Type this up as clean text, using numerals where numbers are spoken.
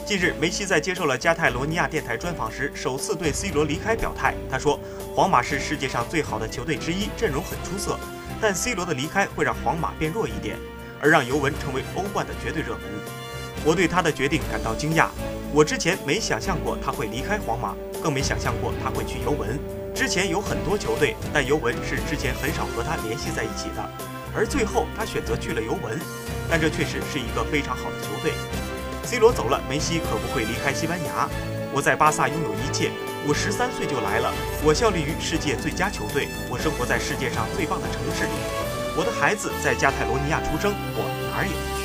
近日，梅西在接受了加泰罗尼亚电台专访时，首次对 C 罗离开表态。他说：“皇马是世界上最好的球队之一，阵容很出色，但 C 罗的离开会让皇马变弱一点，而让尤文成为欧冠的绝对热门。我对他的决定感到惊讶，我之前没想象过他会离开皇马，更没想象过他会去尤文。之前有很多球队，但尤文是之前很少和他联系在一起的，而最后他选择去了尤文，但这确实是一个非常好的球队。C 罗走了，梅西可不会离开西班牙。我在巴萨拥有一切，我13岁就来了，我效力于世界最佳球队，我生活在世界上最棒的城市里，我的孩子在加泰罗尼亚出生，我哪儿也不